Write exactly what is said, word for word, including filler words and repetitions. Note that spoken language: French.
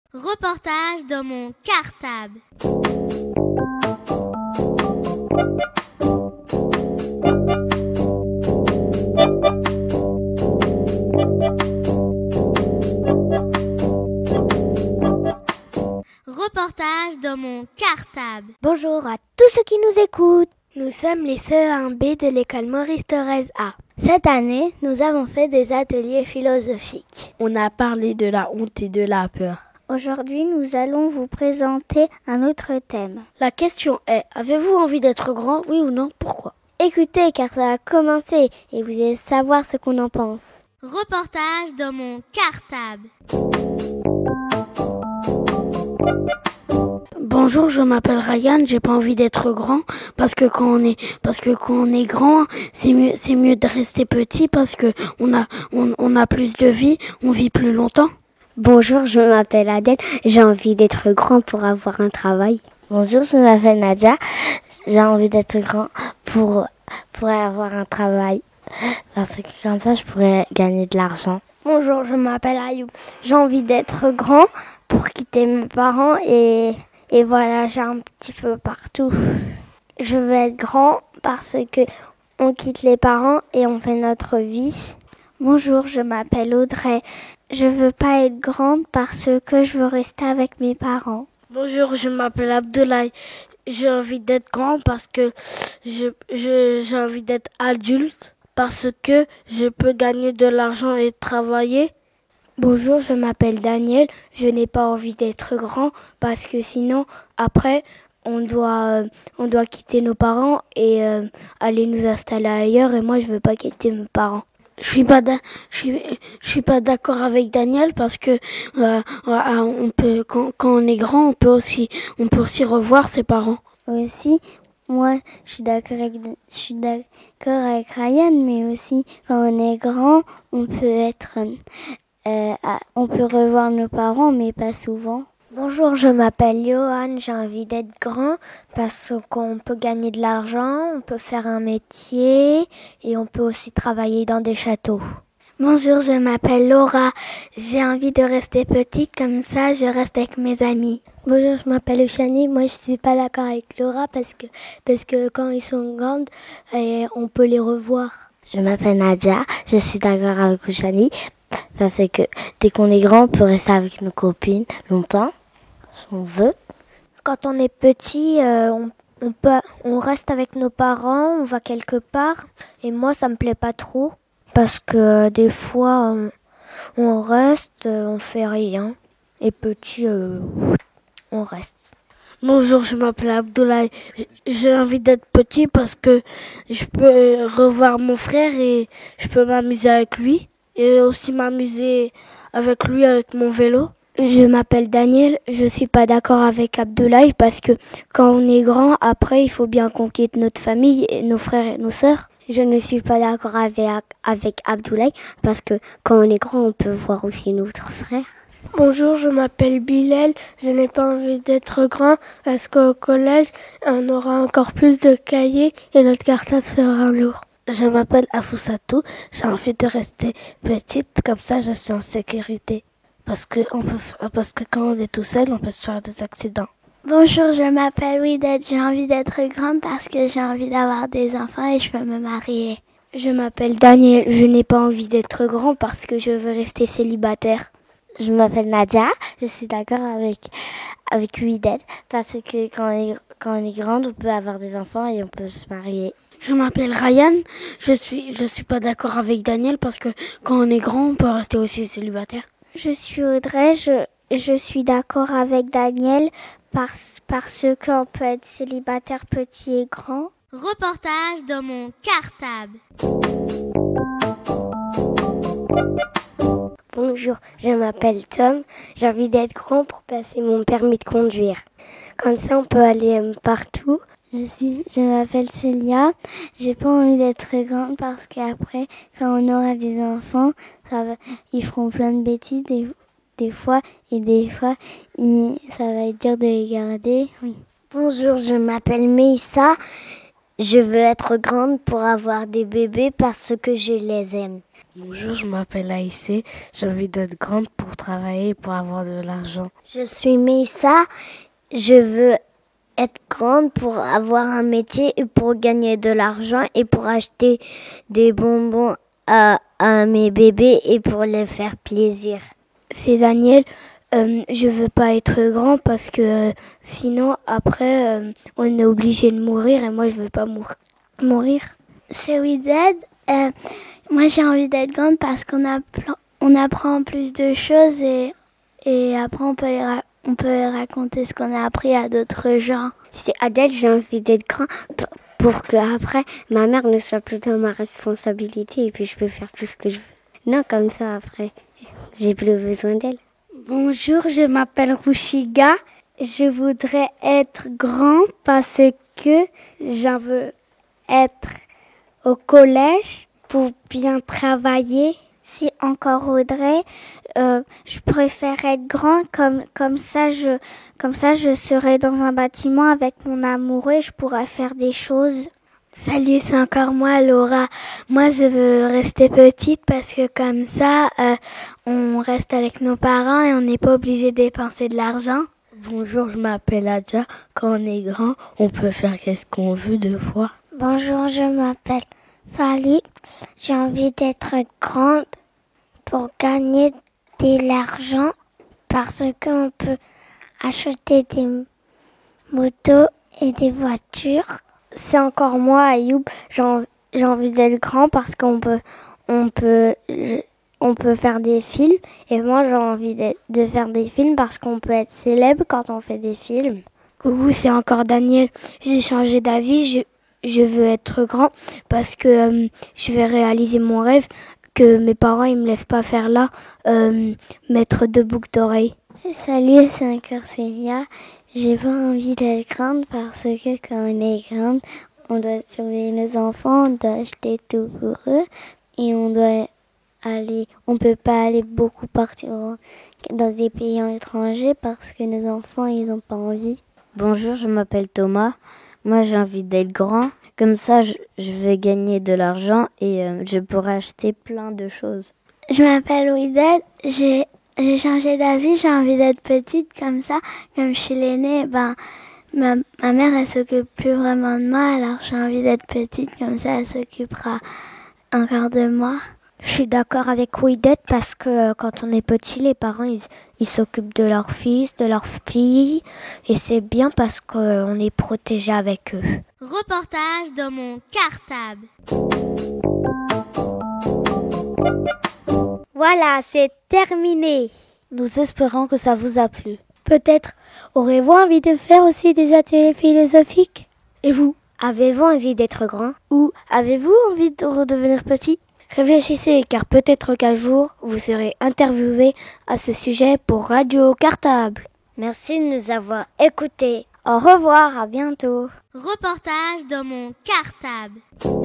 Reportage dans mon cartable. Reportage dans mon cartable. Bonjour à tous ceux qui nous écoutent. Nous sommes les C E un B de l'école Maurice Thorez A. Cette année, nous avons fait des ateliers philosophiques. On a parlé de la honte et de la peur. Aujourd'hui, nous allons vous présenter un autre thème. La question est, avez-vous envie d'être grand, oui ou non? Pourquoi? Écoutez, car ça va commencer et vous allez savoir ce qu'on en pense. Reportage dans mon cartable. Bonjour, je m'appelle Ryan, j'ai pas envie d'être grand parce que quand on est parce que quand on est grand, c'est mieux c'est mieux de rester petit parce que on a on, on a plus de vie, on vit plus longtemps. Bonjour, je m'appelle Adèle, j'ai envie d'être grand pour avoir un travail. Bonjour, je m'appelle Nadia, j'ai envie d'être grand pour pour avoir un travail parce que comme ça je pourrais gagner de l'argent. Bonjour, je m'appelle Ayoub, j'ai envie d'être grand pour quitter mes parents et Et voilà, j'ai un petit peu partout. Je veux être grand parce que on quitte les parents et on fait notre vie. Bonjour, je m'appelle Audrey. Je veux pas être grande parce que je veux rester avec mes parents. Bonjour, je m'appelle Abdoulaye. J'ai envie d'être grand parce que je, je j'ai envie d'être adulte parce que je peux gagner de l'argent et travailler. Bonjour, je m'appelle Daniel. Je n'ai pas envie d'être grand parce que sinon, après, on doit, euh, on doit quitter nos parents et euh, aller nous installer ailleurs. Et moi, je veux pas quitter mes parents. Je suis pas da- je suis je suis pas d'accord avec Daniel parce que euh, on peut quand, quand on est grand, on peut aussi on peut aussi revoir ses parents. Aussi, moi, je suis d'accord avec je suis d'accord avec Ryan, mais aussi quand on est grand, on peut être Euh, on peut revoir nos parents, mais pas souvent. Bonjour, je m'appelle Johan, j'ai envie d'être grand parce qu'on peut gagner de l'argent, on peut faire un métier et on peut aussi travailler dans des châteaux. Bonjour, je m'appelle Laura, j'ai envie de rester petite, comme ça je reste avec mes amis. Bonjour, je m'appelle Euchanie, moi je suis pas d'accord avec Laura parce que, parce que quand ils sont grands, eh, on peut les revoir. Je m'appelle Nadia, je suis d'accord avec Euchanie. Parce que dès qu'on est grand, on peut rester avec nos copines longtemps, si on veut. Quand on est petit, euh, on, on, peut, on reste avec nos parents, on va quelque part. Et moi, ça me plaît pas trop. Parce que euh, des fois, on, on reste, euh, on fait rien. Et petit, euh, on reste. Bonjour, je m'appelle Abdoulaye. J'ai envie d'être petit parce que je peux revoir mon frère et je peux m'amuser avec lui. Et aussi m'amuser avec lui, avec mon vélo. Je m'appelle Daniel, je suis pas d'accord avec Abdoulaye parce que quand on est grand, après il faut bien qu'on quitte notre famille, et nos frères et nos sœurs. Je ne suis pas d'accord avec, avec Abdoulaye parce que quand on est grand, on peut voir aussi notre frère. Bonjour, je m'appelle Bilal, je n'ai pas envie d'être grand parce qu'au collège, on aura encore plus de cahiers et notre cartable sera lourd. Je m'appelle Afousatou, j'ai envie de rester petite, comme ça je suis en sécurité. Parce que, on peut, parce que quand on est tout seul, on peut se faire des accidents. Bonjour, je m'appelle Widet, j'ai envie d'être grande parce que j'ai envie d'avoir des enfants et je veux me marier. Je m'appelle Daniel, je n'ai pas envie d'être grand parce que je veux rester célibataire. Je m'appelle Nadia, je suis d'accord avec, avec Widet parce que quand on, est, quand on est grande, on peut avoir des enfants et on peut se marier. Je m'appelle Ryan, je suis je suis pas d'accord avec Daniel parce que quand on est grand, on peut rester aussi célibataire. Je suis Audrey, je, je suis d'accord avec Daniel parce, parce qu'on peut être célibataire petit et grand. Reportage dans mon cartable. Bonjour, je m'appelle Tom, j'ai envie d'être grand pour passer mon permis de conduire. Comme ça, on peut aller euh, partout. Je suis, je m'appelle Célia. J'ai pas envie d'être grande parce qu'après, quand on aura des enfants, ça va, ils feront plein de bêtises des, des fois et des fois, ils, ça va être dur de les garder. Oui. Bonjour, je m'appelle Meissa. Je veux être grande pour avoir des bébés parce que je les aime. Bonjour, je m'appelle Aïssé. J'ai envie d'être grande pour travailler et pour avoir de l'argent. Je suis Meissa. Je veux être grande pour avoir un métier et pour gagner de l'argent et pour acheter des bonbons à, à mes bébés et pour les faire plaisir. C'est Daniel. Euh, je veux pas être grand parce que euh, sinon après euh, on est obligé de mourir et moi je veux pas mour- mourir. C'est Wided. Euh, moi j'ai envie d'être grande parce qu'on appre- on apprend plus de choses et, et après on peut, les ra- on peut raconter ce qu'on a appris à d'autres gens. C'est Adèle, j'ai envie d'être grand pour que après ma mère ne soit plus dans ma responsabilité et puis je peux faire tout ce que je veux. Non, comme ça après, j'ai plus besoin d'elle. Bonjour, je m'appelle Rushiga. Je voudrais être grand parce que j'en veux être au collège pour bien travailler. Si encore voudrais, euh, je préfère être grand comme comme ça je comme ça je serai dans un bâtiment avec mon amoureux et je pourrais faire des choses. Salut, c'est encore moi, Laura. Moi, je veux rester petite parce que comme ça, euh, on reste avec nos parents et on n'est pas obligé de dépenser de l'argent. Bonjour, je m'appelle Adja. Quand on est grand, on peut faire qu'est-ce qu'on veut deux fois. Bonjour, je m'appelle Fali. J'ai envie d'être grande pour gagner de l'argent parce qu'on peut acheter des motos et des voitures. C'est encore moi, Ayoub. J'ai, en, j'ai envie d'être grand parce qu'on peut, on peut, je, on peut faire des films. Et moi, j'ai envie de, de faire des films parce qu'on peut être célèbre quand on fait des films. Coucou, c'est encore Daniel. J'ai changé d'avis. Je, je veux être grand parce que euh, je vais réaliser mon rêve que mes parents ils me laissent pas faire là, euh, mettre deux boucles d'oreilles. Salut, c'est encore Célia. J'ai pas envie d'être grande parce que quand on est grande, on doit surveiller nos enfants, on doit acheter tout pour eux et on doit aller, on peut pas aller beaucoup partir dans des pays étrangers parce que nos enfants ils ont pas envie. Bonjour, je m'appelle Thomas. Moi j'ai envie d'être grand, comme ça je, je vais gagner de l'argent et euh, je pourrai acheter plein de choses. Je m'appelle Wided, j'ai J'ai changé d'avis, j'ai envie d'être petite comme ça. Comme je suis l'aînée, ben, ma, ma mère, elle s'occupe plus vraiment de moi. Alors j'ai envie d'être petite comme ça, elle s'occupera encore de moi. Je suis d'accord avec Wided parce que quand on est petit, les parents, ils, ils s'occupent de leur fils, de leur fille. Et c'est bien parce qu'on est protégé avec eux. Reportage dans mon cartable. Voilà, c'est terminé. Nous espérons que ça vous a plu. Peut-être aurez-vous envie de faire aussi des ateliers philosophiques? Et vous? Avez-vous envie d'être grand? Ou avez-vous envie de redevenir petit? Réfléchissez, car peut-être qu'un jour, vous serez interviewé à ce sujet pour Radio Cartable. Merci de nous avoir écoutés. Au revoir, à bientôt. Reportage dans mon cartable.